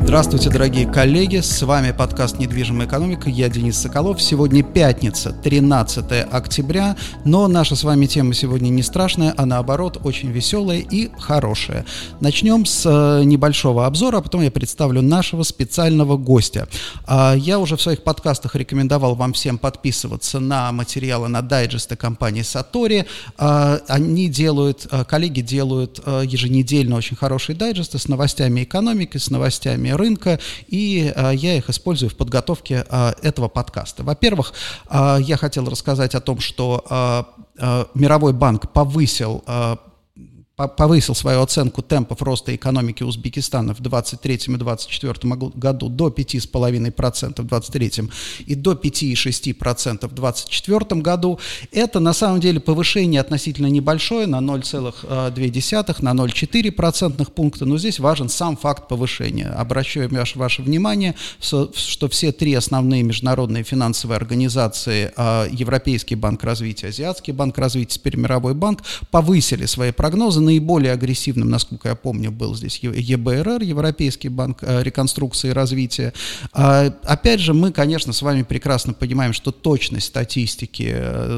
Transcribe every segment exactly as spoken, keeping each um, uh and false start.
Здравствуйте, дорогие коллеги, с вами подкаст «Недвижимая экономика», я Денис Соколов. Сегодня пятница, тринадцатое октября, но наша с вами тема сегодня не страшная, а наоборот очень веселая и хорошая. Начнем с небольшого обзора, а потом я представлю нашего специального гостя. Я уже в своих подкастах рекомендовал вам всем подписываться на материалы, на дайджесты компании Satori. Они делают, коллеги делают еженедельно очень хорошие дайджесты с новостями экономики, с новостями рынка, и а, я их использую в подготовке а, этого подкаста. Во-первых, а, я хотел рассказать о том, что а, а, Мировой банк повысил а, повысил свою оценку темпов роста экономики Узбекистана в двадцать третьем и двадцать четвёртом году до пяти целых пять десятых процента в двадцать третьем и до пяти целых шесть десятых процента в двадцать четвёртом году. Это на самом деле повышение относительно небольшое, на ноль целых две десятых, на ноль целых четыре десятых процентных пункта, но здесь важен сам факт повышения. Обращаю ваше, ваше внимание, что все три основные международные финансовые организации, Европейский банк развития, Азиатский банк развития, теперь Мировой банк, повысили свои прогнозы. Наиболее агрессивным, насколько я помню, был здесь Е Б Р Р, Европейский банк реконструкции и развития. Опять же, мы, конечно, с вами прекрасно понимаем, что точность статистики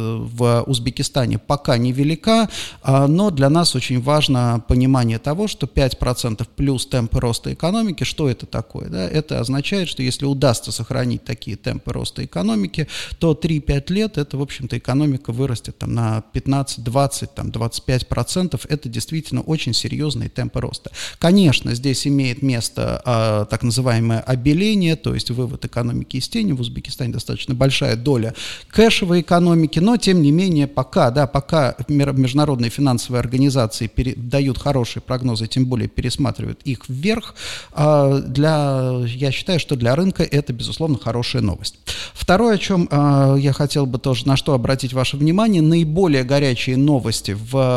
в Узбекистане пока невелика, но для нас очень важно понимание того, что пять процентов плюс темпы роста экономики, что это такое? Да? Это означает, что если удастся сохранить такие темпы роста экономики, то три-пять лет, это, в общем-то, экономика вырастет там, на пятнадцать, двадцать, там, двадцать пять процентов. Это действительно очень серьезные темпы роста. Конечно, здесь имеет место а, так называемое обеление, то есть вывод экономики из тени. В Узбекистане достаточно большая доля кэшевой экономики, но тем не менее пока, да, пока международные финансовые организации пере, дают хорошие прогнозы, тем более пересматривают их вверх, а, для, я считаю, что для рынка это, безусловно, хорошая новость. Второе, о чем а, я хотел бы тоже, на что обратить ваше внимание, наиболее горячие новости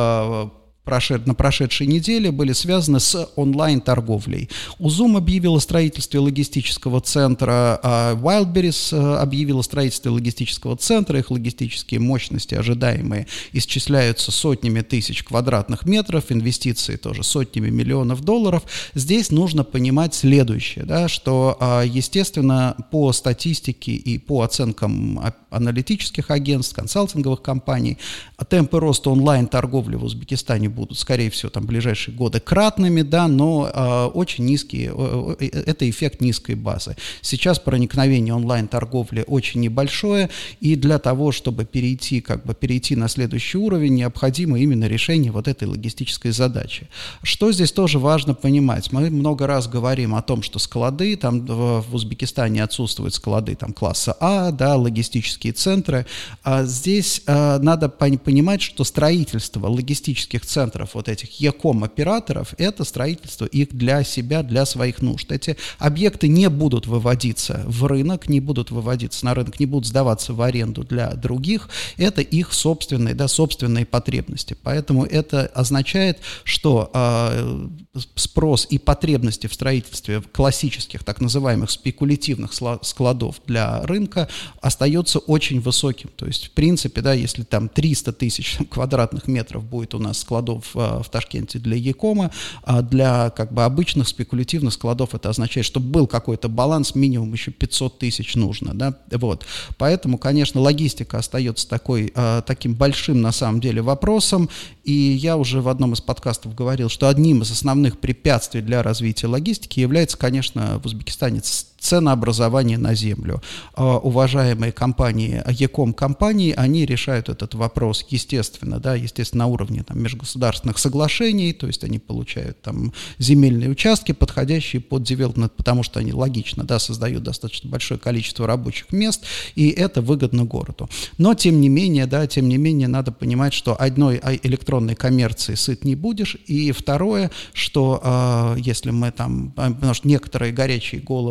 в Прошед, на прошедшей неделе были связаны с онлайн-торговлей. Узум объявил о строительстве логистического центра, а Wildberries объявил о строительстве логистического центра. Их логистические мощности ожидаемые исчисляются сотнями тысяч квадратных метров, инвестиции тоже сотнями миллионов долларов. Здесь нужно понимать следующее, да, что, естественно, по статистике и по оценкам аналитических агентств, консалтинговых компаний, темпы роста онлайн-торговли в Узбекистане будут, скорее всего, там, в ближайшие годы кратными, да, но э, очень низкие, э, э, это эффект низкой базы. Сейчас проникновение онлайн-торговли очень небольшое, и для того, чтобы перейти, как бы, перейти на следующий уровень, необходимо именно решение вот этой логистической задачи. Что здесь тоже важно понимать? Мы много раз говорим о том, что склады, там в, в Узбекистане отсутствуют склады там, класса А, да, логистические центры. А здесь э, надо понимать, что строительство логистических центров вот этих e-com-операторов, это строительство их для себя, для своих нужд. Эти объекты не будут выводиться в рынок, не будут выводиться на рынок, не будут сдаваться в аренду для других. Это их собственные, да, собственные потребности. Поэтому это означает, что э, спрос и потребности в строительстве классических, так называемых спекулятивных складов для рынка остается очень высоким. То есть, в принципе, да, если там триста тысяч квадратных метров будет у нас складов в, в Ташкенте для e-com, а для как бы обычных спекулятивных складов это означает, что был какой-то баланс, минимум еще пятьсот тысяч нужно, да, вот. Поэтому, конечно, логистика остается такой, а, таким большим на самом деле вопросом, и я уже в одном из подкастов говорил, что одним из основных препятствий для развития логистики является, конечно, в Узбекистане ценообразование на землю. А, уважаемые компании, e-com-компании, они решают этот вопрос, естественно, да, естественно, на уровне там, межгосударственных соглашений, то есть они получают там земельные участки, подходящие под девелопмент, потому что они логично, да, создают достаточно большое количество рабочих мест, и это выгодно городу. Но, тем не менее, да, тем не менее, надо понимать, что одной электронной коммерции сыт не будешь, и второе, что э, если мы там, потому что некоторые горячие головы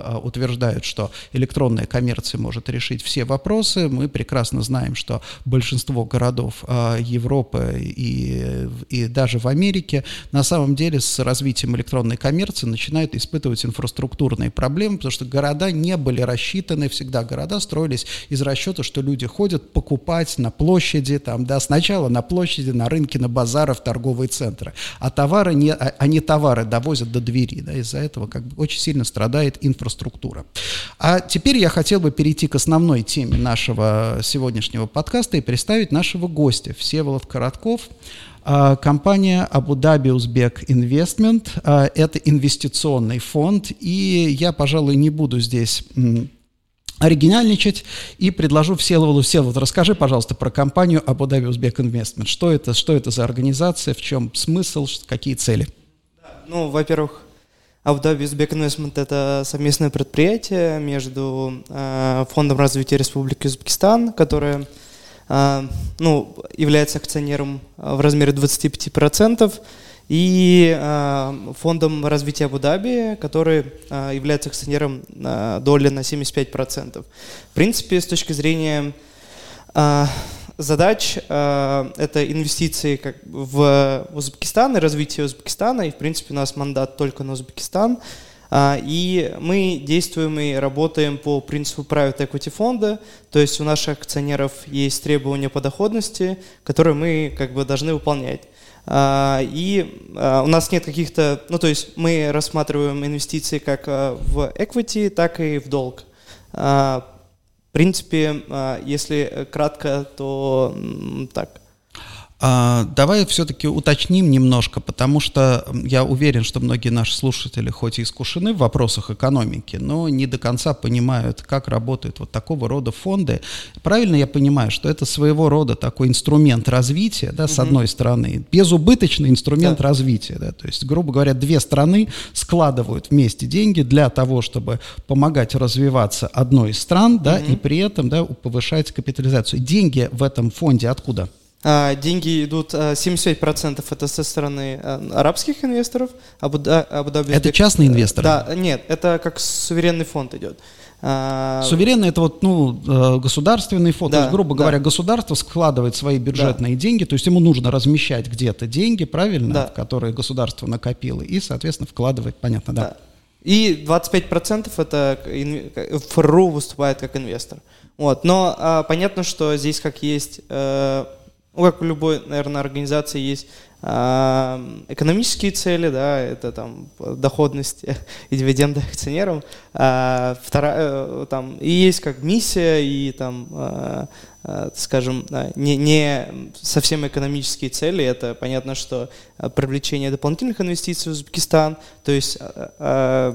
утверждают, что электронная коммерция может решить все вопросы. Мы прекрасно знаем, что большинство городов Европы и, и даже в Америке на самом деле с развитием электронной коммерции начинают испытывать инфраструктурные проблемы, потому что города не были рассчитаны, всегда города строились из расчета, что люди ходят покупать на площади, там, да, сначала на площади, на рынке, на базары, в торговые центры, а товары не, они товары довозят до двери, да, из-за этого как бы очень сильно страдает инфраструктура. А теперь я хотел бы перейти к основной теме нашего сегодняшнего подкаста и представить нашего гостя, Всеволод Коротков. Компания Abu Dhabi Uzbek Investment, это инвестиционный фонд, и я, пожалуй, не буду здесь оригинальничать и предложу Всеволоду. Всеволод, расскажи, пожалуйста, про компанию Abu Dhabi Uzbek Investment. Что это, что это за организация, в чем смысл, какие цели? Ну, во-первых, Abu Dhabi Uzbek Investment – это совместное предприятие между э, Фондом развития Республики Узбекистан, которое э, ну, является акционером в размере двадцать пять процентов, и э, Фондом развития Абу-Даби, который э, является акционером э, доли на семьдесят пять процентов. В принципе, с точки зрения э, задач, э, это инвестиции как в Узбекистан и развитие Узбекистана, и, в принципе, у нас мандат только на Узбекистан. Uh, и мы действуем и работаем по принципу private equity фонда, то есть у наших акционеров есть требования по доходности, которые мы как бы должны выполнять. Uh, и uh, у нас нет каких-то, ну то есть мы рассматриваем инвестиции как uh, в equity, так и в долг. Uh, в принципе, uh, если кратко, то um, так. А, давай все-таки уточним немножко, потому что я уверен, что многие наши слушатели хоть и искушены в вопросах экономики, но не до конца понимают, как работают вот такого рода фонды. Правильно я понимаю, что это своего рода такой инструмент развития, да, с mm-hmm. одной стороны, безубыточный инструмент да. развития, да, то есть, грубо говоря, две страны складывают вместе деньги для того, чтобы помогать развиваться одной из стран, да, mm-hmm. и при этом, да, повышать капитализацию. Деньги в этом фонде откуда? Деньги идут, семьдесят пять процентов это со стороны арабских инвесторов. Абу Даби. Это частные инвесторы? Да, нет, это как суверенный фонд идет. Суверенный — это вот, ну, государственный фонд, да, то есть, грубо да. говоря, государство складывает свои бюджетные да. деньги, то есть ему нужно размещать где-то деньги, правильно, да. которые государство накопило, и, соответственно, вкладывать, понятно, да. да. И двадцать пять процентов это ФРУ выступает как инвестор. Вот. Но а, понятно, что здесь как есть... Э, Ну, как у любой, наверное, организации есть э, экономические цели, да, это там доходность и дивиденды акционерам, э, вторая, э, там, и есть как миссия, и там, э, э, скажем, не, не совсем экономические цели, это понятно, что привлечение дополнительных инвестиций в Узбекистан, то есть э, э,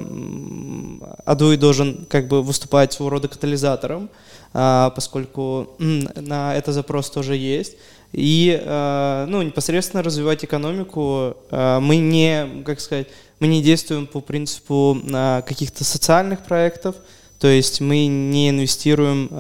АДУИ должен как бы выступать своего рода катализатором, э, поскольку э, на это запрос тоже есть. И ну, непосредственно развивать экономику мы не, как сказать, мы не действуем по принципу каких-то социальных проектов, то есть мы не инвестируем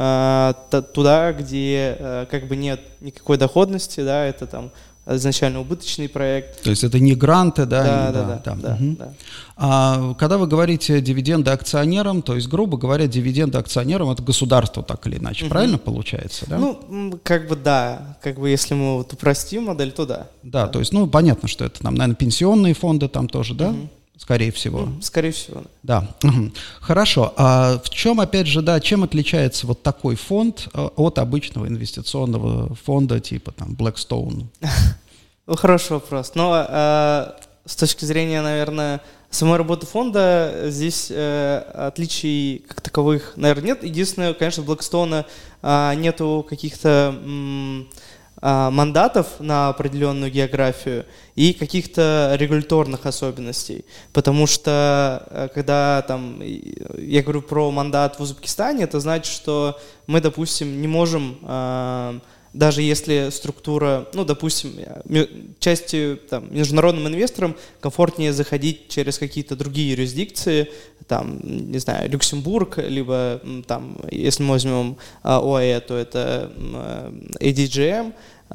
туда, где как бы нет никакой доходности, да, это там изначально убыточный проект. То есть это не гранты, да? Да, не, да, да. да, да, угу. да. А когда вы говорите дивиденды акционерам, то есть, грубо говоря, дивиденды акционерам — это государство так или иначе, угу. правильно получается, да? Ну, как бы да, как бы если мы вот упростим модель, то да. Да, да. То есть, ну, понятно, что это там, наверное, пенсионные фонды там тоже, да? Угу. Скорее всего. Ну, скорее всего. Да. Угу. Хорошо. А в чем, опять же, да, чем отличается вот такой фонд от обычного инвестиционного фонда типа там Blackstone? Ну, хороший вопрос. Но э, с точки зрения, наверное, самой работы фонда здесь э, отличий как таковых, наверное, нет. Единственное, конечно, в Blackstone э, нету каких-то м, э, мандатов на определенную географию и каких-то регуляторных особенностей. Потому что, э, когда там, я говорю про мандат в Узбекистане, это значит, что мы, допустим, не можем... Э, даже если структура, ну, допустим, части там, международным инвесторам комфортнее заходить через какие-то другие юрисдикции, там, не знаю, Люксембург, либо там, если мы возьмем ОАЭ, то это эй ди джи эм.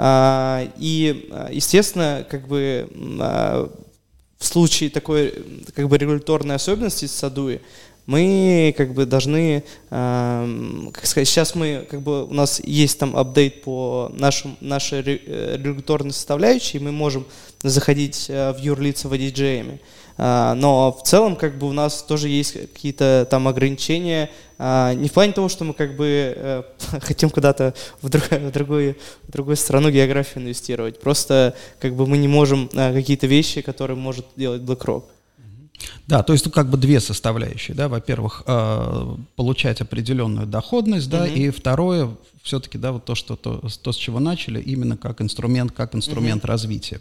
И, естественно, как бы в случае такой как бы регуляторной особенности с АДУИ, мы как бы должны, э, как сказать, сейчас мы как бы у нас есть там апдейт по нашим, нашей регуляторной составляющей, мы можем заходить в юрлица в ди джей эм. Но в целом как бы у нас тоже есть какие-то там ограничения, не в плане того, что мы как бы хотим куда-то в, друг, в, другую, в другую страну географию инвестировать, просто как бы мы не можем какие-то вещи, которые может делать BlackRock. Да, то есть тут как бы две составляющие, да, во-первых, получать определенную доходность, да, mm-hmm. и второе, все-таки, да, вот то, что, то, то, с чего начали, именно как инструмент, как инструмент mm-hmm. развития.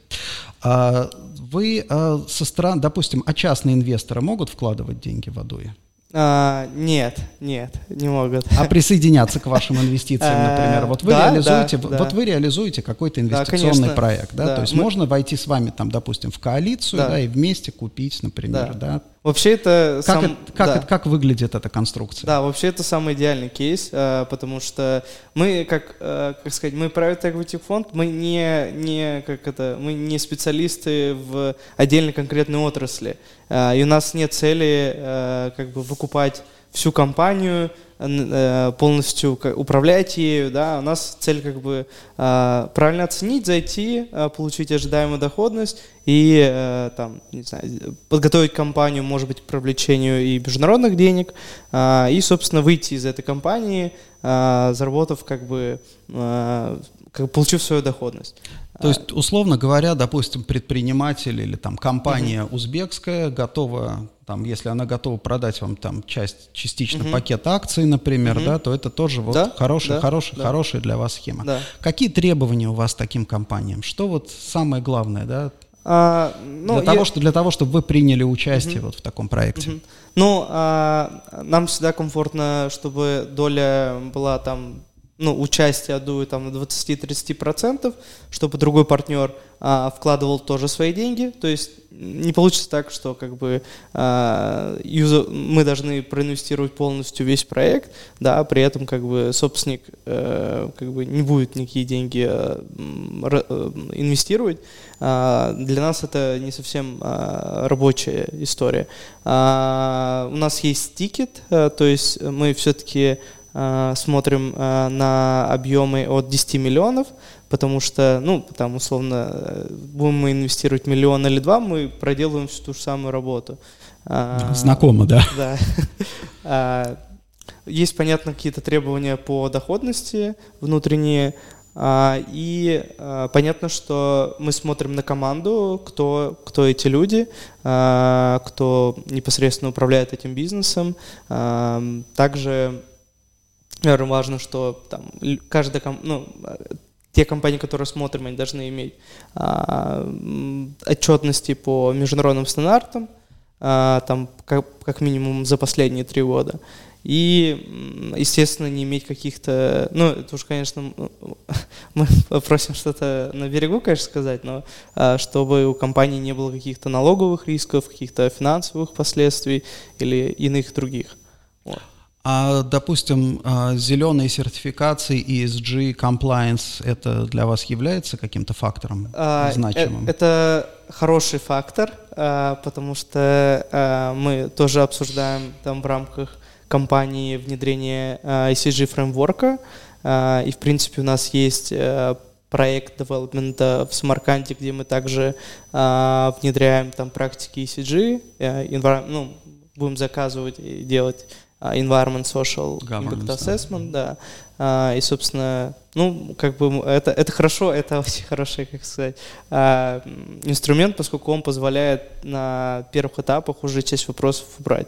Вы со стороны, допустим, а частные инвесторы могут вкладывать деньги в Адуи? А, нет, нет, не могут. А присоединяться к вашим инвестициям, например, вот вы да, реализуете, да, вот да. вы реализуете какой-то инвестиционный да, проект, да, да. то есть Мы... можно войти с вами там, допустим, в коалицию, да, да и вместе купить, например, да. да. Вообще это как, сам... это, как, да. это, как выглядит эта конструкция? Да, вообще это самый идеальный кейс, потому что мы, как, как сказать, мы private equity фонд, мы не, не, как это, мы не специалисты в отдельной конкретной отрасли, и у нас нет цели как бы выкупать всю компанию, полностью управлять ею, да, у нас цель как бы правильно оценить, зайти, получить ожидаемую доходность и там, не знаю, подготовить компанию, может быть, к привлечению и международных денег, и, собственно, выйти из этой компании, заработав как бы, как бы получив свою доходность. То есть, условно говоря, допустим, предприниматель или там компания uh-huh. узбекская готова, там, если она готова продать вам там часть, частично uh-huh. пакет акций, например, uh-huh. да, то это тоже вот да? хорошая, да? хорошая, да. хорошая для вас схема. Да. Какие требования у вас к таким компаниям? Что вот самое главное, да, а, ну, для, я... того, что, для того, чтобы вы приняли участие uh-huh. вот в таком проекте? Uh-huh. Ну, а, нам всегда комфортно, чтобы доля была там, ну, участие Адуи там на двадцать-тридцать процентов, чтобы другой партнер а, вкладывал тоже свои деньги. То есть не получится так, что как бы а, юзер, мы должны проинвестировать полностью весь проект, да, при этом как бы собственник а, как бы не будет никакие деньги а, инвестировать. А, для нас это не совсем а, рабочая история. А, у нас есть тикет, а, то есть мы все-таки смотрим uh, на объемы от десяти миллионов, потому что, ну, там, условно, будем мы инвестировать миллион или два, мы проделываем всю ту же самую работу. Uh, Знакомо, да? Да. uh, есть, понятно, какие-то требования по доходности внутренние, uh, и uh, понятно, что мы смотрим на команду, кто, кто эти люди, uh, кто непосредственно управляет этим бизнесом. Uh, также наверное, важно, что там каждая, ну, те компании, которые смотрим, они должны иметь а, отчетности по международным стандартам, а, там, как, как минимум за последние три года. И, естественно, не иметь каких-то... Ну, это уж, конечно, мы просим что-то на берегу, конечно, сказать, но а, чтобы у компании не было каких-то налоговых рисков, каких-то финансовых последствий или иных других. Вот. А, допустим, зеленые сертификации и и эс джи compliance, это для вас является каким-то фактором а, значимым? Это хороший фактор, потому что мы тоже обсуждаем там в рамках компании внедрение и си джи фреймворка, и в принципе у нас есть проект development в Самарканде, где мы также внедряем там практики и си джи, ну, будем заказывать и делать environment, social impact assessment, да. А, и, собственно, ну, как бы это, это хорошо, это очень хороший, как сказать, а, инструмент, поскольку он позволяет на первых этапах уже часть вопросов убрать.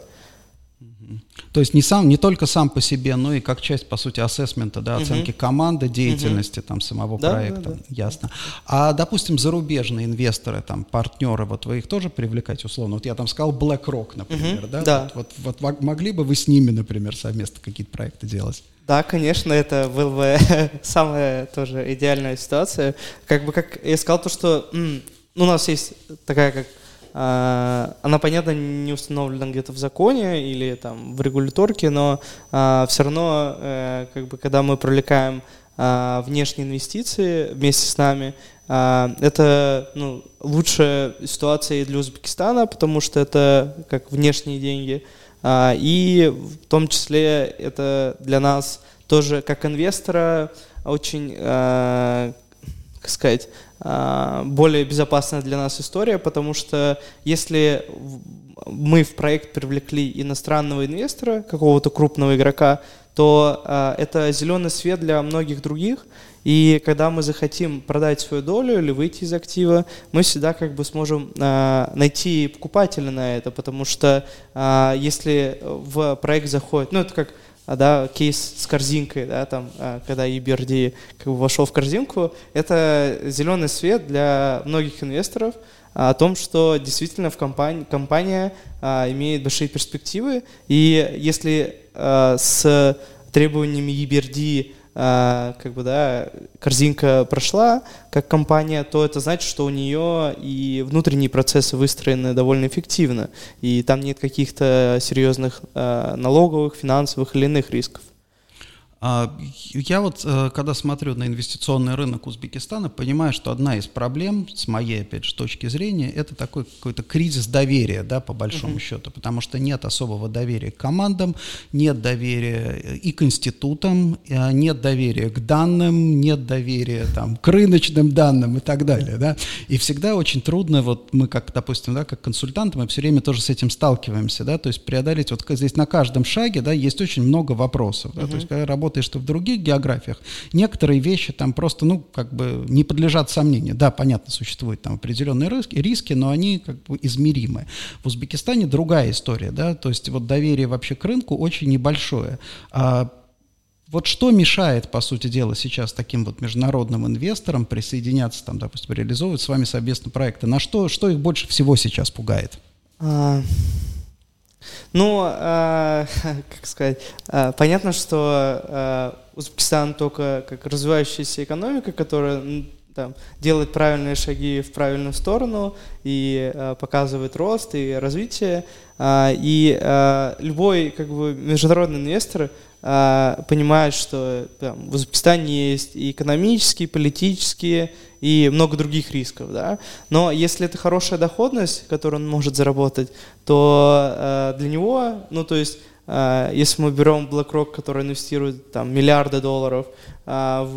То есть не, сам, не только сам по себе, но и как часть, по сути, ассессмента, да, оценки uh-huh. команды, деятельности uh-huh. там, самого да, проекта. Да, да. Ясно. А, допустим, зарубежные инвесторы, там, партнеры, вот вы их тоже привлекаете условно? Вот я там сказал BlackRock, например, uh-huh. да? да. Вот, вот, вот могли бы вы с ними, например, совместно какие-то проекты делать? Да, конечно, это была бы самая тоже идеальная ситуация. Как бы, как я сказал, то, что м, у нас есть такая, как она, понятно, не установлена где-то в законе или там в регуляторке, но а, все равно, а, как бы, когда мы привлекаем а, внешние инвестиции вместе с нами, а, это, ну, лучшая ситуация и для Узбекистана, потому что это как внешние деньги, И в том числе это для нас тоже как инвестора очень, как сказать, более безопасная для нас история, потому что если мы в проект привлекли иностранного инвестора, какого-то крупного игрока, то это зеленый свет для многих других. И когда мы захотим продать свою долю или выйти из актива, мы всегда как бы сможем э, найти покупателя на это, потому что э, если в проект заходит, ну это как да, кейс с корзинкой, да, там, э, когда и би ар ди как бы вошел в корзинку, это зеленый свет для многих инвесторов о том, что действительно в компании, компания э, имеет большие перспективы, и если э, с требованиями и би ар ди как бы, да, корзинка прошла как компания, то это значит, что у нее и внутренние процессы выстроены довольно эффективно, и там нет каких-то серьезных налоговых, финансовых или иных рисков. Я вот, когда смотрю на инвестиционный рынок Узбекистана, понимаю, что одна из проблем, с моей, опять же, точки зрения, это такой какой-то кризис доверия, да, по большому uh-huh. счету, потому что нет особого доверия к командам, нет доверия и к институтам, нет доверия к данным, нет доверия там, к рыночным данным и так далее, да, и всегда очень трудно, вот мы, как, допустим, да, как консультанты, мы все время тоже с этим сталкиваемся, да, то есть преодолеть, вот здесь на каждом шаге, да, есть очень много вопросов, да, uh-huh. то есть когда работаешь что в других географиях некоторые вещи там просто, ну, как бы не подлежат сомнению. Да, понятно, существуют там определенные риски, риски, но они как бы измеримы. В Узбекистане другая история, да, то есть вот доверие вообще к рынку очень небольшое. А вот что мешает, по сути дела, сейчас таким вот международным инвесторам присоединяться, там, допустим, реализовывать с вами совместно проекты? На что, что их больше всего сейчас пугает? А... Ну, э, как сказать, э, понятно, что э, Узбекистан только как развивающаяся экономика, которая там, делает правильные шаги в правильную сторону и э, показывает рост и развитие. Э, и э, любой как бы, международный инвестор э, понимает, что там, в Узбекистане есть и экономические, и политические, и много других рисков, да. Но если это хорошая доходность, которую он может заработать, то э, для него, ну то есть, э, если мы берем BlackRock, который инвестирует там миллиарды долларов э,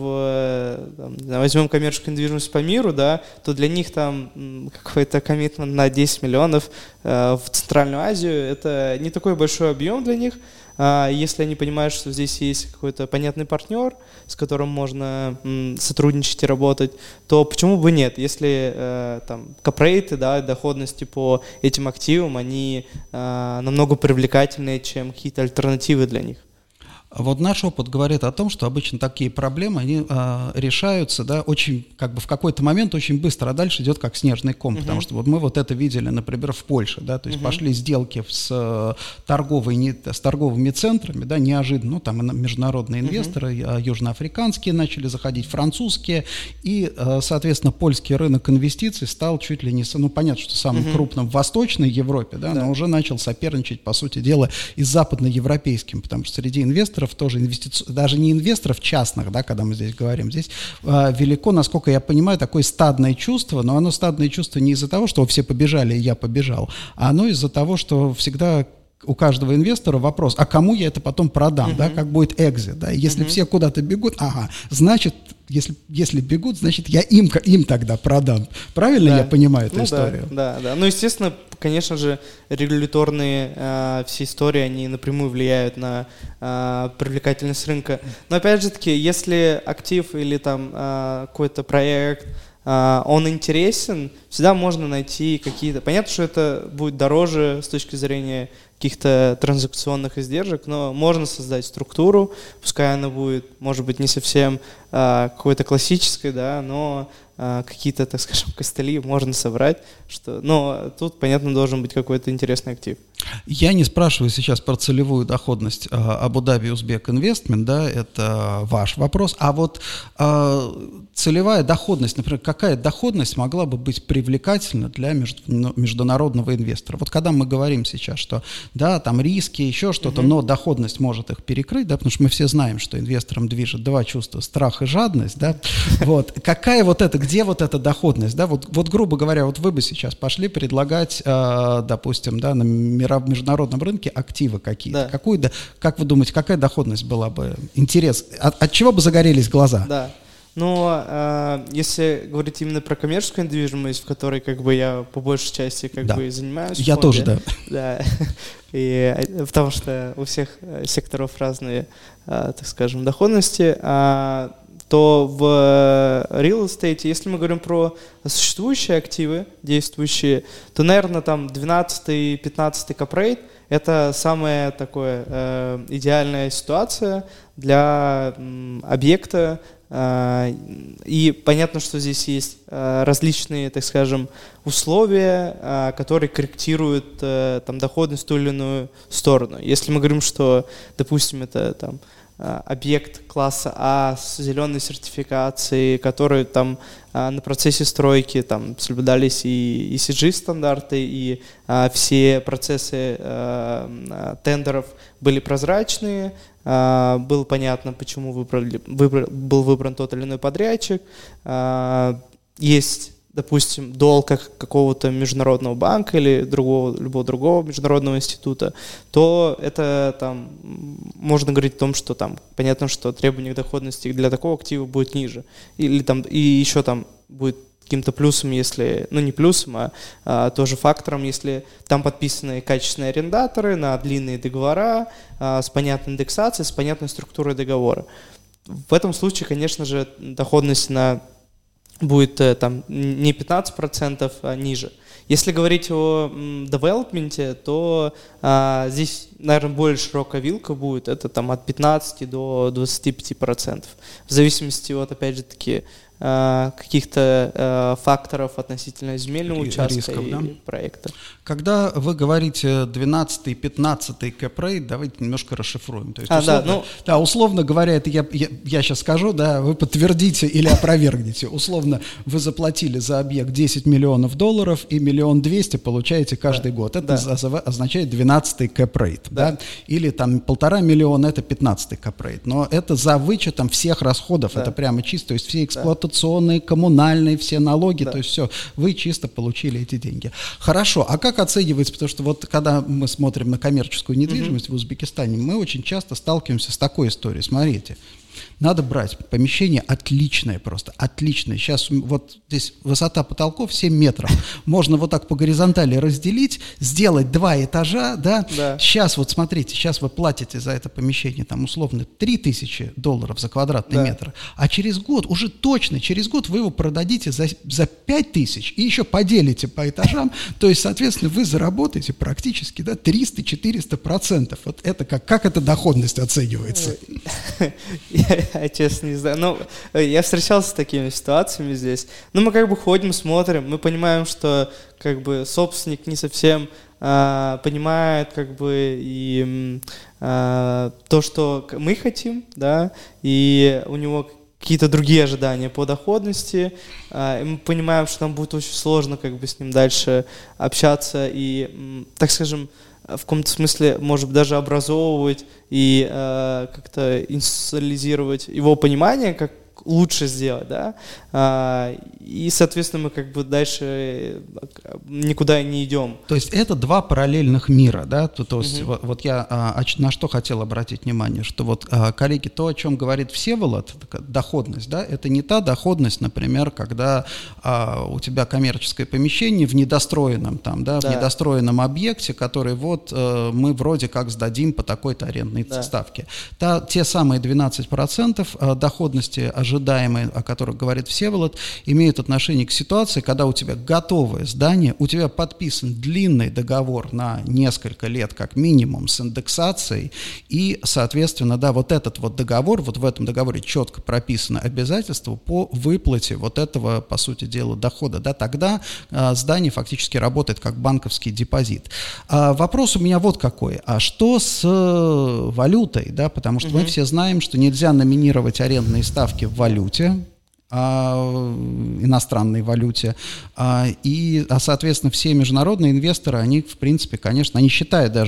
в, там, возьмем коммерческую недвижимость по миру, да, то для них там какой-то коммитмент на десять миллионов э, в Центральную Азию, это не такой большой объем для них. Если они понимают, что здесь есть какой-то понятный партнер, с которым можно м, сотрудничать и работать, то почему бы нет? Если э, там корпорейты, да, доходности по этим активам, они э, намного привлекательнее, чем какие-то альтернативы для них. Вот наш опыт говорит о том, что обычно такие проблемы, они э, решаются, да, очень, как бы в какой-то момент очень быстро, а дальше идет как снежный ком, uh-huh. потому что вот мы вот это видели, например, в Польше, да, то есть uh-huh. пошли сделки с, э, торговой, с торговыми центрами, да, неожиданно, ну, там международные инвесторы, uh-huh. южноафриканские начали заходить, французские, и, э, соответственно, польский рынок инвестиций стал чуть ли не, ну, понятно, что самым uh-huh. крупным в Восточной Европе, да, да, но уже начал соперничать, по сути дела, и с западноевропейским, потому что среди инвесторов тоже инвестици... даже не инвесторов частных, да, когда мы здесь говорим, здесь э, велико, насколько я понимаю, такое стадное чувство, но оно стадное чувство не из-за того, что все побежали, и я побежал, а оно из-за того, что всегда у каждого инвестора вопрос, а кому я это потом продам, uh-huh. да, как будет экзит, да, если uh-huh. все куда-то бегут, ага, значит, если, если бегут, значит, я им, им тогда продам. Правильно да. я понимаю эту ну, историю? Да, да, да. Ну, естественно, конечно же, регуляторные э, все истории, они напрямую влияют на э, привлекательность рынка. Но, опять же таки, если актив или там э, какой-то проект, э, он интересен, всегда можно найти какие-то... Понятно, что это будет дороже с точки зрения каких-то транзакционных издержек, но можно создать структуру, пускай она будет, может быть, не совсем а, какой-то классической, да, но а, какие-то, так скажем, костыли можно собрать, что, но тут, понятно, должен быть какой-то интересный актив. Я не спрашиваю сейчас про целевую доходность Абу-Даби Узбек Инвестмент, да, это ваш вопрос, а вот а, целевая доходность, например, какая доходность могла бы быть привлекательна для международного инвестора? Вот когда мы говорим сейчас, что да, там риски, еще что-то, Мгм. но доходность может их перекрыть, да, потому что мы все знаем, что инвесторам движет два чувства: страх и жадность, да, вот, какая вот это, где вот эта доходность, да, вот, вот грубо говоря, вот вы бы сейчас пошли предлагать, э, допустим, да, на мира- международном рынке активы какие-то, Да. какую, да, как вы думаете, какая доходность была бы, интерес, от, от чего бы загорелись глаза? Да. Но э, если говорить именно про коммерческую недвижимость, в которой как бы я по большей части как Да. бы и занимаюсь. в Я фонде, тоже, да. Да. И э, потому что у всех э, секторов разные, э, так скажем, доходности. А, то в real estate, если мы говорим про существующие активы, действующие, то, наверное, там двенадцатый-пятнадцатый капрейт — это самая такая э, идеальная ситуация для м, объекта. Э, и понятно, что здесь есть э, различные, так скажем, условия, э, которые корректируют э, там, доходность в ту или иную сторону. Если мы говорим, что, допустим, это там объект класса А с зеленой сертификацией, которые там а, на процессе стройки там соблюдались и и си джи стандарты, и а, все процессы а, тендеров были прозрачные, а, было понятно, почему выбрали, выбрал, был выбран тот или иной подрядчик, а, есть, допустим, долг как какого-то международного банка или другого, любого другого международного института, то это там можно говорить о том, что там понятно, что требование к доходности для такого актива будет ниже. Или там и еще там будет каким-то плюсом, если, ну не плюсом, а, а тоже фактором, если там подписаны качественные арендаторы на длинные договора а, с понятной индексацией, с понятной структурой договора. В этом случае, конечно же, доходность на будет э, там не пятнадцать процентов, а ниже. Если говорить о девелопменте, то а, здесь, наверное, более широкая вилка будет, это там от пятнадцати до двадцати пяти процентов, в зависимости от, опять же таки, а, каких-то а, факторов относительно земельного участка Рисков, и да? проекта. Когда вы говорите двенадцатый-пятнадцатый кэп-рейт, давайте немножко расшифруем. То есть, А, условно, да, ну- да, условно говоря, это я, я, я сейчас скажу, да, вы подтвердите или опровергнете. Условно, вы заплатили за объект десять миллионов долларов и миллион двести получаете каждый Да, год. Это да. за- означает двенадцатый кэп-рейт, да. Да. Или там полтора миллиона, это пятнадцатый кэп-рейт. Но это за вычетом всех расходов, Да. это прямо чисто, то есть все эксплуатационные, коммунальные, все налоги, Да. то есть все, вы чисто получили эти деньги. Хорошо, а как оценивается, потому что вот когда мы смотрим на коммерческую недвижимость в Узбекистане, мы очень часто сталкиваемся с такой историей. Смотрите, надо брать помещение отличное просто, отличное. Сейчас вот здесь высота потолков семь метров. Можно вот так по горизонтали разделить, сделать два этажа, да. Да. Сейчас вот смотрите, сейчас вы платите за это помещение там условно три тысячи долларов за квадратный Да. метр, а через год, уже точно через год вы его продадите за, за пять тысяч и еще поделите по этажам, то есть, соответственно, вы заработаете практически, да, триста-четыреста процентов. Вот это как, как эта доходность оценивается? Я, я честно не знаю. Ну, я встречался с такими ситуациями здесь. Ну, мы как бы ходим, смотрим, мы понимаем, что как бы собственник не совсем а, понимает как бы и м, а, то, что мы хотим, да, и у него какие-то другие ожидания по доходности, а, и мы понимаем, что нам будет очень сложно как бы с ним дальше общаться и, м, так скажем, в каком-то смысле, может быть, даже образовывать и э, как-то институциализировать его понимание, как лучше сделать, да, а, и, соответственно, мы как бы дальше никуда не идем. То есть это два параллельных мира, да, то, то есть Мгм. вот, вот я а, на что хотел обратить внимание, что вот, а, коллеги, то, о чем говорит Всеволод, такая доходность, да, это не та доходность, например, когда а, у тебя коммерческое помещение в недостроенном там, да, Да. в недостроенном объекте, который вот а, мы вроде как сдадим по такой-то арендной Да. ставке. Та, те самые двенадцать процентов а, доходности ожидаемые, о которых говорит Всеволод, имеют отношение к ситуации, когда у тебя готовое здание, у тебя подписан длинный договор на несколько лет как минимум с индексацией, и, соответственно, да, вот этот вот договор, вот в этом договоре четко прописано обязательство по выплате вот этого, по сути дела, дохода, да, тогда а, здание фактически работает как банковский депозит. А, вопрос у меня вот какой, а что с э, валютой, да, потому что Мгм. мы все знаем, что нельзя номинировать арендные ставки в валюте, а, иностранной валюте, а, и, а, соответственно, все международные инвесторы, они, в принципе, конечно, они считают даже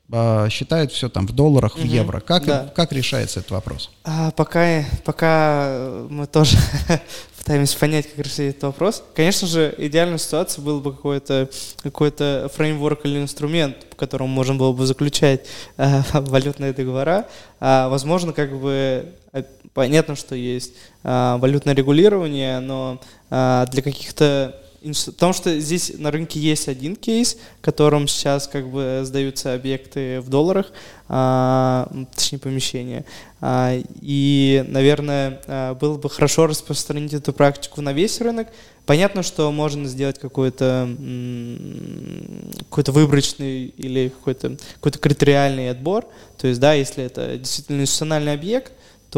считает все там в долларах, в Мгм, евро. Как, да. как решается этот вопрос? А, пока, пока мы тоже пытаемся понять, как решить этот вопрос. Конечно же, идеальная ситуация был бы какой-то какой-то фреймворк или инструмент, по которому можно было бы заключать а, валютные договора. А, возможно, как бы понятно, что есть а, валютное регулирование, но а, для каких-то... Потому что здесь на рынке есть один кейс, в котором сейчас как бы сдаются объекты в долларах, а, точнее помещения. А, и, наверное, а, было бы хорошо распространить эту практику на весь рынок. Понятно, что можно сделать какой-то, какой-то выборочный или какой-то, какой-то критериальный отбор. То есть, да, если это действительно институциональный объект,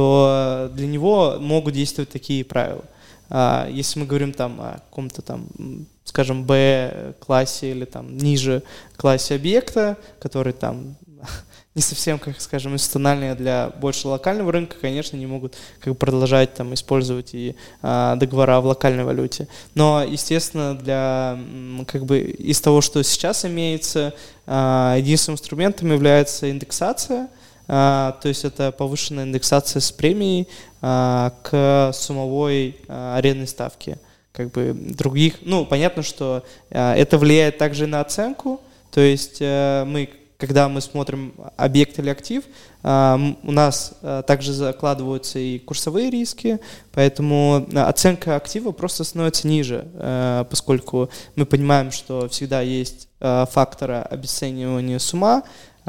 то для него могут действовать такие правила. Если мы говорим там о каком-то там, скажем, Б-классе или там ниже классе объекта, который там не совсем, как скажем, институциональный, а для больше локального рынка, конечно, не могут как бы продолжать там использовать и а, договора в локальной валюте. Но, естественно, для как бы из того, что сейчас имеется, а, единственным инструментом является индексация. Uh, то есть это повышенная индексация с премией uh, к суммовой uh, арендной ставке. Как бы других, ну, понятно, что uh, это влияет также на оценку. То есть uh, мы, когда мы смотрим объект или актив, uh, у нас uh, также закладываются и курсовые риски, поэтому uh, оценка актива просто становится ниже, uh, поскольку мы понимаем, что всегда есть uh, факторы обесценивания с ума.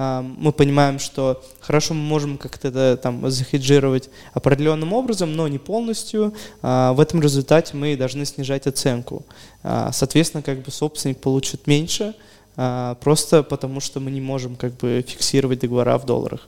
Мы понимаем, что хорошо мы можем как-то это там захеджировать определенным образом, но не полностью. В этом результате мы должны снижать оценку. Соответственно, как бы собственник получит меньше, просто потому что мы не можем как бы фиксировать договора в долларах.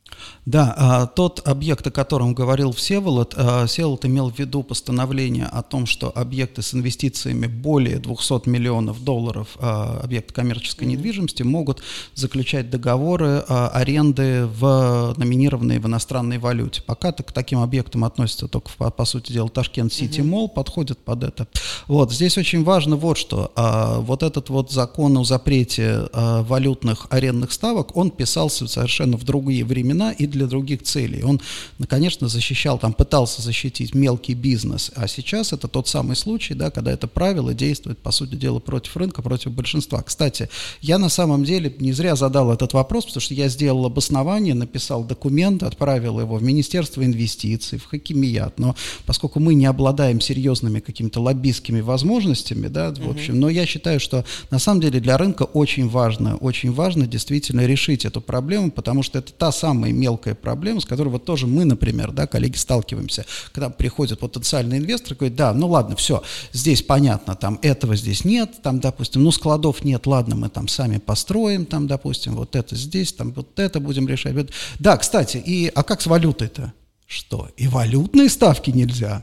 Да, а, тот объект, о котором говорил Всеволод, а, Всеволод имел в виду постановление о том, что объекты с инвестициями более двухсот миллионов долларов, а, объекты коммерческой mm-hmm. недвижимости, могут заключать договоры а, аренды в номинированные в иностранной валюте. Пока к таким объектам относится только, по, по сути дела, Ташкент Сити Молл, mm-hmm. подходит под это. Вот, здесь очень важно вот что. А, вот этот вот закон о запрете а, валютных арендных ставок, он писался совершенно в другие времена и для других целей. Он, конечно, защищал, там, пытался защитить мелкий бизнес, а сейчас это тот самый случай, да, когда это правило действует, по сути дела, против рынка, против большинства. Кстати, я на самом деле не зря задал этот вопрос, потому что я сделал обоснование, написал документ, отправил его в Министерство инвестиций, в Хакимият, но поскольку мы не обладаем серьезными какими-то лоббистскими возможностями, да, в общем, но я считаю, что на самом деле для рынка очень важно, очень важно действительно решить эту проблему, потому что это та самая мелкая проблема, с которой вот тоже мы, например, да, коллеги, сталкиваемся, когда приходит потенциальный инвестор и говорит, да, ну ладно, все, здесь понятно, там этого здесь нет, там, допустим, ну складов нет, ладно, мы там сами построим, там, допустим, вот это здесь, там, вот это будем решать. Да, кстати, и, а как с валютой-то? Что, и валютные ставки нельзя?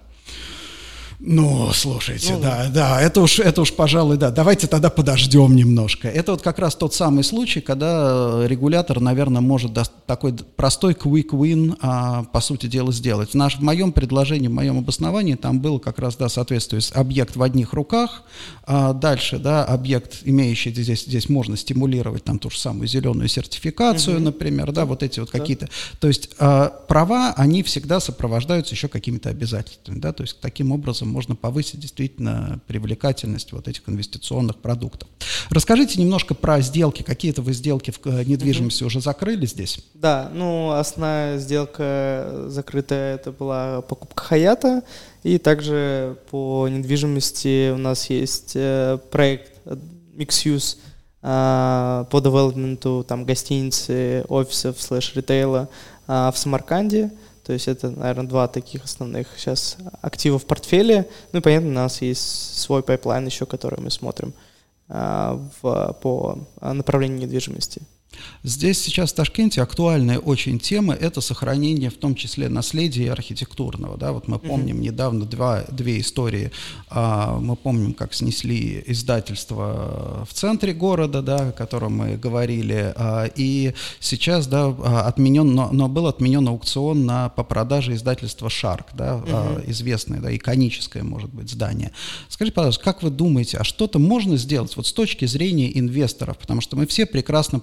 Ну, слушайте, ну, да, да, это уж, это уж, пожалуй, да. Давайте тогда подождем немножко. Это вот как раз тот самый случай, когда регулятор, наверное, может до, такой простой quick win, а, по сути дела, сделать. Наш, в моем предложении, в моем обосновании там было как раз, да, соответствует объект в одних руках, а дальше, да, объект, имеющий здесь, здесь можно стимулировать там ту же самую зеленую сертификацию, угу. например, да, вот эти вот да. какие-то. То есть а, права, они всегда сопровождаются еще какими-то обязательствами, да, то есть таким образом можно повысить действительно привлекательность вот этих инвестиционных продуктов. Расскажите немножко про сделки. Какие-то вы сделки в недвижимости mm-hmm. уже закрыли здесь? Да, ну основная сделка закрытая, это была покупка Хаята, и также по недвижимости у нас есть э, проект Mixed Use э, по девелопменту там гостиницы, офисов, слэш-ритейла э, в Самарканде. То есть это, наверное, два таких основных сейчас актива в портфеле. Ну и, понятно, у нас есть свой пайплайн еще, который мы смотрим а, в, по направлению недвижимости. Здесь сейчас в Ташкенте актуальная очень тема – это сохранение, в том числе, наследия архитектурного. Да? Вот мы помним mm-hmm. недавно два, две истории. А, мы помним, как снесли издательство в центре города, да, о котором мы говорили. А, и сейчас да, отменен, но, но был отменен аукцион на, по продаже издательства «Шарк», да, mm-hmm. а, известное, да, иконическое, может быть, здание. Скажите, пожалуйста, как вы думаете, а что-то можно сделать вот с точки зрения инвесторов? Потому что мы все прекрасно понимаем,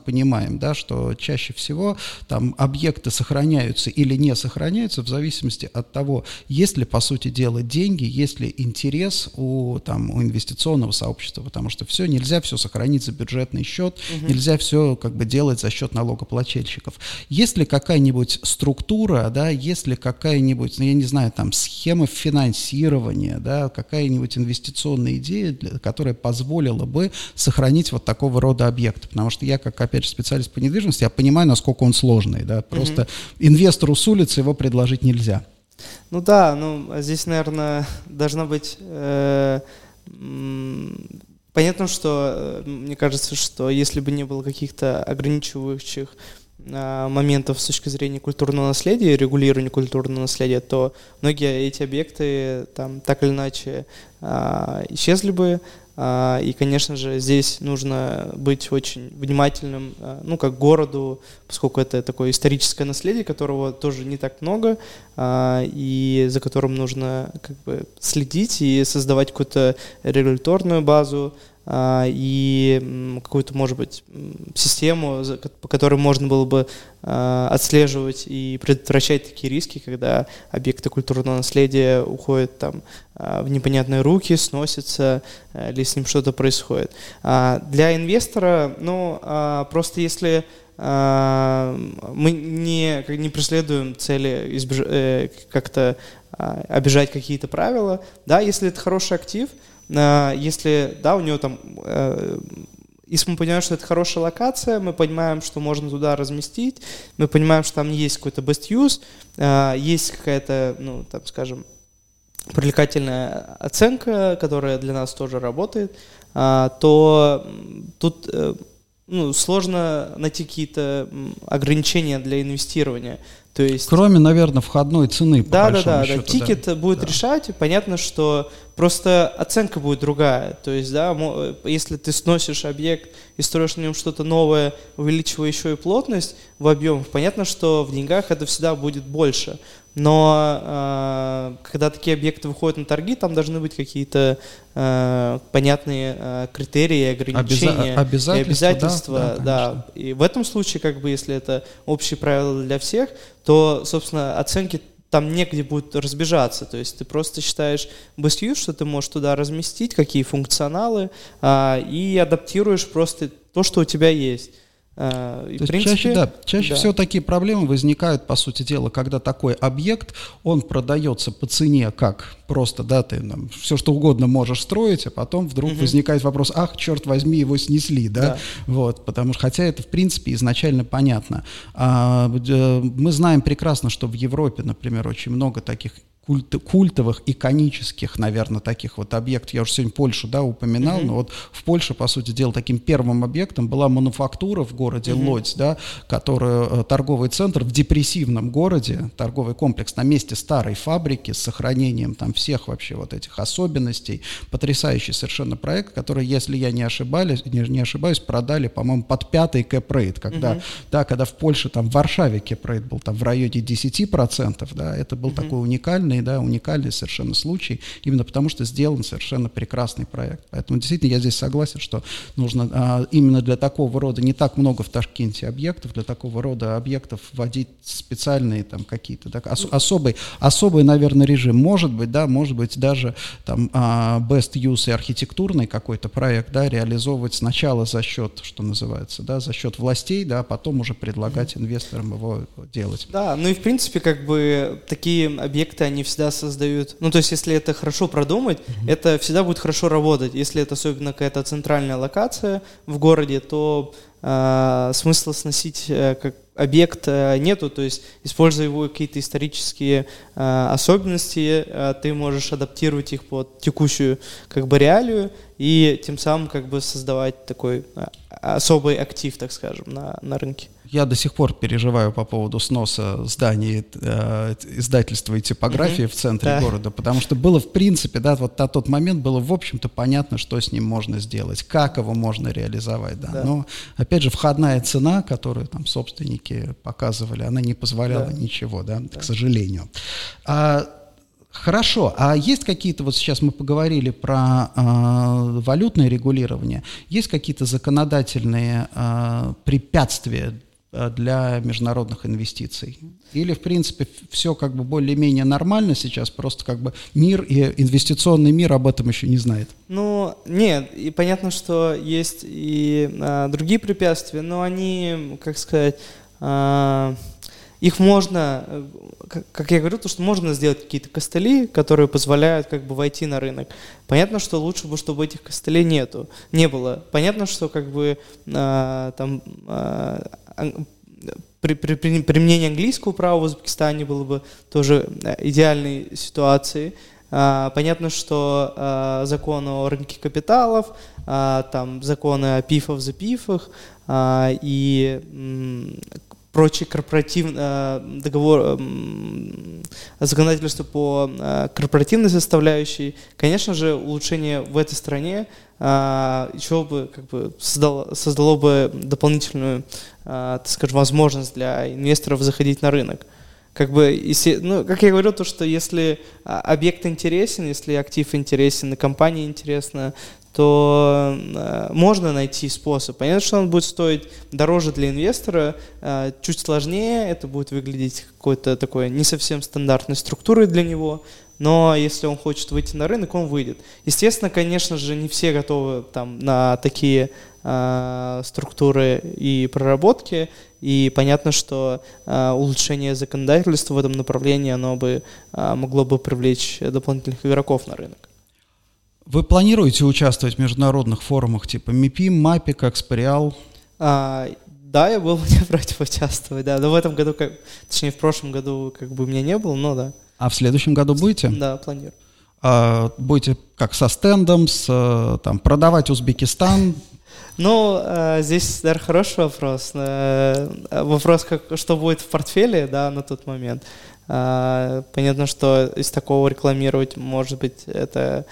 понимаем, да, что чаще всего там объекты сохраняются или не сохраняются в зависимости от того, есть ли, по сути дела, деньги, есть ли интерес у, там, у инвестиционного сообщества, потому что все, нельзя все сохранить за бюджетный счет, угу. нельзя все как бы делать за счет налогоплательщиков. Есть ли какая-нибудь структура, да, есть ли какая-нибудь, ну, я не знаю, там, схема финансирования, да, какая-нибудь инвестиционная идея, для, которая позволила бы сохранить вот такого рода объекты, потому что я, как, опять же, специалист по недвижимости, я понимаю, насколько он сложный, да, просто угу. инвестору с улицы его предложить нельзя. Ну да, ну здесь, наверное, должна быть... Э, м- понятно, что, мне кажется, что если бы не было каких-то ограничивающих э, моментов с точки зрения культурного наследия, регулирования культурного наследия, то многие эти объекты там так или иначе э, исчезли бы. И, конечно же, здесь нужно быть очень внимательным, ну, как городу, поскольку это такое историческое наследие, которого тоже не так много, и за которым нужно как бы следить и создавать какую-то регуляторную базу, и какую-то, может быть, систему, по которой можно было бы отслеживать и предотвращать такие риски, когда объекты культурного наследия уходят там в непонятные руки, сносятся, или с ним что-то происходит. Для инвестора, ну, просто если мы не, не преследуем цели избеж... как-то обижать какие-то правила, да, если это хороший актив, если, да, у него там, э, если мы понимаем, что это хорошая локация, мы понимаем, что можно туда разместить, мы понимаем, что там есть какой-то best use, э, есть какая-то, ну, там, скажем, привлекательная оценка, которая для нас тоже работает, э, то тут э, ну, сложно найти какие-то ограничения для инвестирования. То есть, кроме, наверное, входной цены, по да, большому да, да, счету. Да, тикет да. будет да. решать, понятно, что просто оценка будет другая. То есть, да, если ты сносишь объект и строишь на нем что-то новое, увеличивая еще и плотность в объемах, понятно, что в деньгах это всегда будет больше. Но э, когда такие объекты выходят на торги, там должны быть какие-то э, понятные э, критерии, ограничения, Обяза- обязательства, и обязательства. Да, да, да. И в этом случае, как бы, если это общие правила для всех, то, собственно, оценки там негде будет разбежаться. То есть ты просто считаешь best use, что ты можешь туда разместить, какие функционалы, э, и адаптируешь просто то, что у тебя есть. Uh, и То в принципе, чаще, да, чаще да. всего такие проблемы возникают, по сути дела, когда такой объект, он продается по цене, как просто, да, ты там, все что угодно можешь строить, а потом вдруг uh-huh. возникает вопрос, ах, черт возьми, его снесли, да, да. Вот, потому что, хотя это, в принципе, изначально понятно. А, мы знаем прекрасно, что в Европе, например, очень много таких Культ, культовых, иконических, наверное, таких вот объектов. Я уже сегодня Польшу, да, упоминал, mm-hmm. но вот в Польше, по сути дела, таким первым объектом была мануфактура в городе mm-hmm. Лодзь, да, которая, торговый центр в депрессивном городе, торговый комплекс на месте старой фабрики с сохранением там всех вообще вот этих особенностей. Потрясающий совершенно проект, который, если я не ошибаюсь, не, не ошибаюсь, продали, по-моему, под пятый кэп-рейт, когда, mm-hmm. да, когда в Польше, там, в Варшаве кэп-рейт был там в районе десять процентов, да, это был mm-hmm. такой уникальный, да, уникальный совершенно случай, именно потому что сделан совершенно прекрасный проект. Поэтому действительно я здесь согласен, что нужно а, именно для такого рода, не так много в Ташкенте объектов, для такого рода объектов вводить специальные там какие-то, да, ос, особый, особый, наверное, режим. Может быть, да, может быть даже там а, best use и архитектурный какой-то проект, да, реализовывать сначала за счет, что называется, да, за счет властей, да, а потом уже предлагать mm-hmm. инвесторам его делать. Да, ну и в принципе как бы такие объекты, они всегда создают, ну то есть если это хорошо продумать, mm-hmm. это всегда будет хорошо работать. Если это особенно какая-то центральная локация в городе, то э, смысла сносить э, как объект э, нету, то есть используя его какие-то исторические э, особенности, э, ты можешь адаптировать их под текущую как бы реалию и тем самым как бы создавать такой э, особый актив, так скажем, на, на рынке. Я до сих пор переживаю по поводу сноса зданий э, издательства и типографии mm-hmm. в центре да. города, потому что было, в принципе, да, вот на тот момент было, в общем-то, понятно, что с ним можно сделать, как его можно реализовать, да. Да. Но, опять же, входная цена, которую там собственники показывали, она не позволяла да. ничего, да, да, к сожалению. А Хорошо, а есть какие-то, вот сейчас мы поговорили про э, валютное регулирование, есть какие-то законодательные э, препятствия для международных инвестиций? Или, в принципе, все как бы более-менее нормально сейчас, просто как бы мир и инвестиционный мир об этом еще не знает? Ну, нет, и понятно, что есть и а, другие препятствия, но они, как сказать, а, их можно, как, как я говорю, то, что можно сделать какие-то костыли, которые позволяют как бы войти на рынок. Понятно, что лучше бы, чтобы этих костылей нету, не было. Понятно, что как бы а, там а, При, при, при применении английского права в Узбекистане было бы тоже идеальной ситуацией. А, понятно, что а, закон о рынке капиталов, а, там законы о пифах, запифах а, и м, прочие корпоративные договор, законодательство по корпоративной составляющей, конечно же, улучшение в этой стране еще бы как бы создало, создало бы дополнительную, так скажем, возможность для инвесторов заходить на рынок. Как бы, если, ну, как я говорю, то, что если объект интересен, если актив интересен и компания интересна, то э, можно найти способ. Понятно, что он будет стоить дороже для инвестора, э, чуть сложнее, это будет выглядеть какой-то такой не совсем стандартной структурой для него, но если он хочет выйти на рынок, он выйдет. Естественно, конечно же, не все готовы там, на такие э, структуры и проработки, и понятно, что э, улучшение законодательства в этом направлении, оно бы э, могло бы привлечь дополнительных игроков на рынок. Вы планируете участвовать в международных форумах типа МИПИМ, МАПИК, Экспориал? А, да, я был бы не против участвовать, да. Но в этом году, как, точнее, в прошлом году как бы у меня не было, но да. А в следующем году будете? Да, планирую. А, будете как со стендом, с, там, продавать Узбекистан? Ну, э, здесь, наверное, хороший вопрос. Э, вопрос, как, что будет в портфеле, да, на тот момент. Uh, понятно, что из такого рекламировать, может быть, это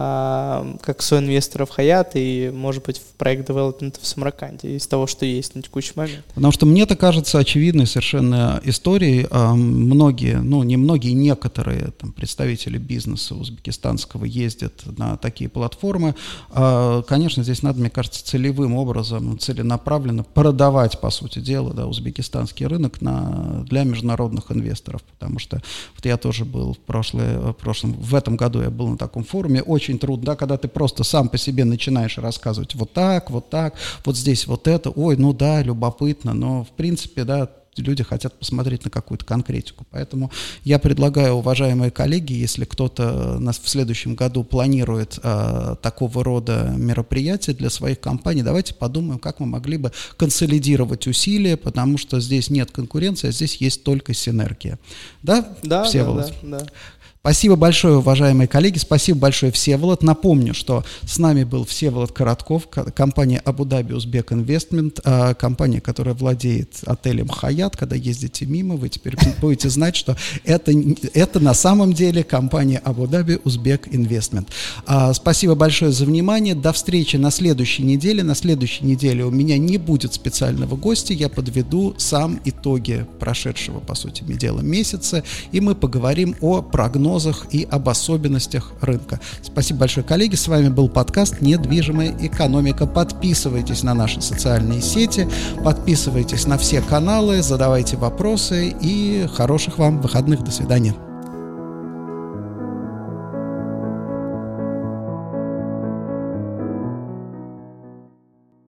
uh, как соинвесторов Хаят и, может быть, в проект девелопмента в Самарканде, из того, что есть на текущий момент. Потому что мне-то кажется очевидной совершенно историей. Uh, многие, ну не многие, некоторые там, представители бизнеса узбекистанского ездят на такие платформы. Uh, конечно, здесь надо, мне кажется, целевым образом, целенаправленно продавать, по сути дела, да, узбекистанский рынок на, для международных инвесторов. Потому что вот я тоже был в, прошлое, в прошлом, в этом году я был на таком форуме, очень трудно, да, когда ты просто сам по себе начинаешь рассказывать вот так, вот так, вот здесь вот это, ой, ну да, любопытно, но в принципе, да, люди хотят посмотреть на какую-то конкретику. Поэтому я предлагаю, уважаемые коллеги, если кто-то нас в следующем году планирует э, такого рода мероприятия для своих компаний, давайте подумаем, как мы могли бы консолидировать усилия, потому что здесь нет конкуренции, а здесь есть только синергия. Да, да, Всеволод? Да, да, да. Спасибо большое, уважаемые коллеги, спасибо большое, Всеволод. Напомню, что с нами был Всеволод Коротков, компания Abu Dhabi Uzbek Investment, компания, которая владеет отелем Хаят. Когда ездите мимо, вы теперь будете знать, что это, это на самом деле компания Abu Dhabi Uzbek Investment. Спасибо большое за внимание. До встречи на следующей неделе. На следующей неделе у меня не будет специального гостя. Я подведу сам итоги прошедшего, по сути дела, месяца, и мы поговорим о прогнозах и об особенностях рынка. Спасибо большое, коллеги. С вами был подкаст «Недвижимая экономика». Подписывайтесь на наши социальные сети, подписывайтесь на все каналы, задавайте вопросы и хороших вам выходных. До свидания.